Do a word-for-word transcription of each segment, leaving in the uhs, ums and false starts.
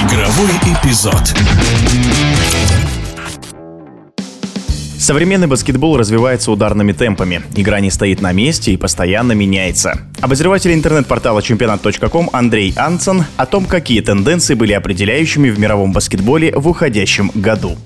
Игровой эпизод. Современный баскетбол развивается ударными темпами. Игра не стоит на месте и постоянно меняется. Обозреватель интернет-портала чемпионат точка ком Андрей Анцен о том, какие тенденции были определяющими в мировом баскетболе в уходящем году.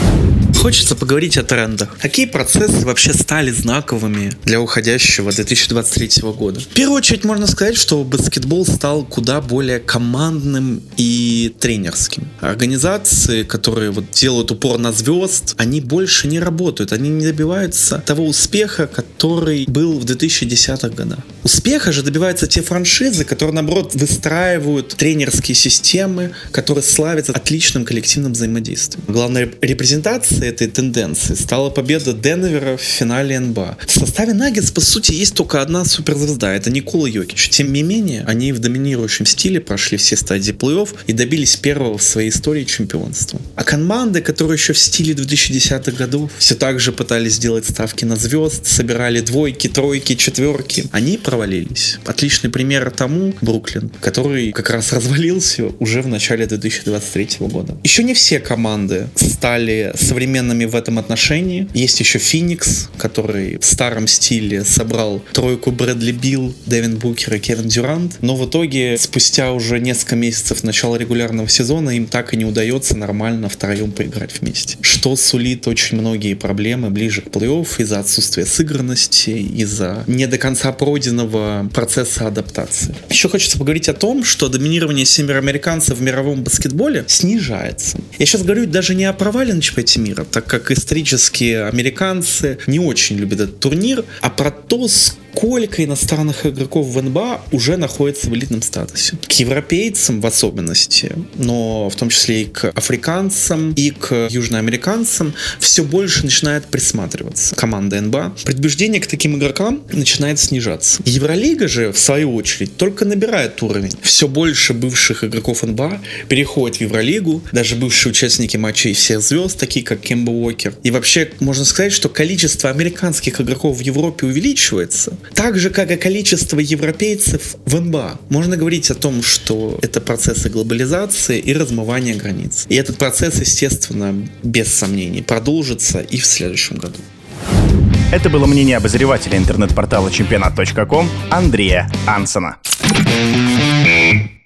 Хочется поговорить о трендах. Какие процессы вообще стали знаковыми для уходящего две тысячи двадцать третьего года? В первую очередь можно сказать, что баскетбол стал куда более командным и тренерским. Организации, которые вот делают упор на звезд, они больше не работают, они не добиваются того успеха, который был в две тысячи десятых годах. Успеха же добиваются те франшизы, которые, наоборот, выстраивают тренерские системы, которые славятся отличным коллективным взаимодействием. Главной репрезентацией этой тенденции стала победа Денвера в финале эн би эй. В составе Наггетс, по сути, есть только одна суперзвезда, это Никола Йокич. Тем не менее, они в доминирующем стиле прошли все стадии плей-офф и добились первого в своей истории чемпионства. А команды, которые еще в стиле две тысячи десятых годов все так же пытались сделать ставки на звезд, собирали двойки, тройки, четверки, они провалились. Отличный пример тому Бруклин, который как раз развалился уже в начале две тысячи двадцать третьего года. Еще не все команды стали современными в этом отношении. Есть еще Феникс, который в старом стиле собрал тройку Брэдли Билл, Дэвин Букер и Кевин Дюрант, но в итоге спустя уже несколько месяцев начала регулярного сезона им так и не удается нормально втроем поиграть вместе. Что сулит очень многие проблемы ближе к плей-офф из-за отсутствия сыгранности, из-за не до конца пройденного процесса адаптации. Еще хочется поговорить о том, что доминирование североамериканцев в мировом баскетболе снижается. Я сейчас говорю даже не о провале на чемпионате мира, так как исторически американцы не очень любят этот турнир, а про то, сколько иностранных игроков в эн би эй уже находится в элитном статусе. К европейцам в особенности, но в том числе и к африканцам, и к южноамериканцам все больше начинает присматриваться команда эн би эй. Предубеждение к таким игрокам начинает снижаться. Евролига же, в свою очередь, только набирает уровень. Все больше бывших игроков эн би эй переходят в Евролигу, даже бывшие участники матчей всех звезд, такие как Кемба Уокер. И вообще, можно сказать, что количество американских игроков в Европе увеличивается, так же, как и количество европейцев в эн би эй. Можно говорить о том, что это процессы глобализации и размывания границ. И этот процесс, естественно, без сомнений, продолжится и в следующем году. Это было мнение обозревателя интернет-портала чемпионат точка ком Андрея Анцена.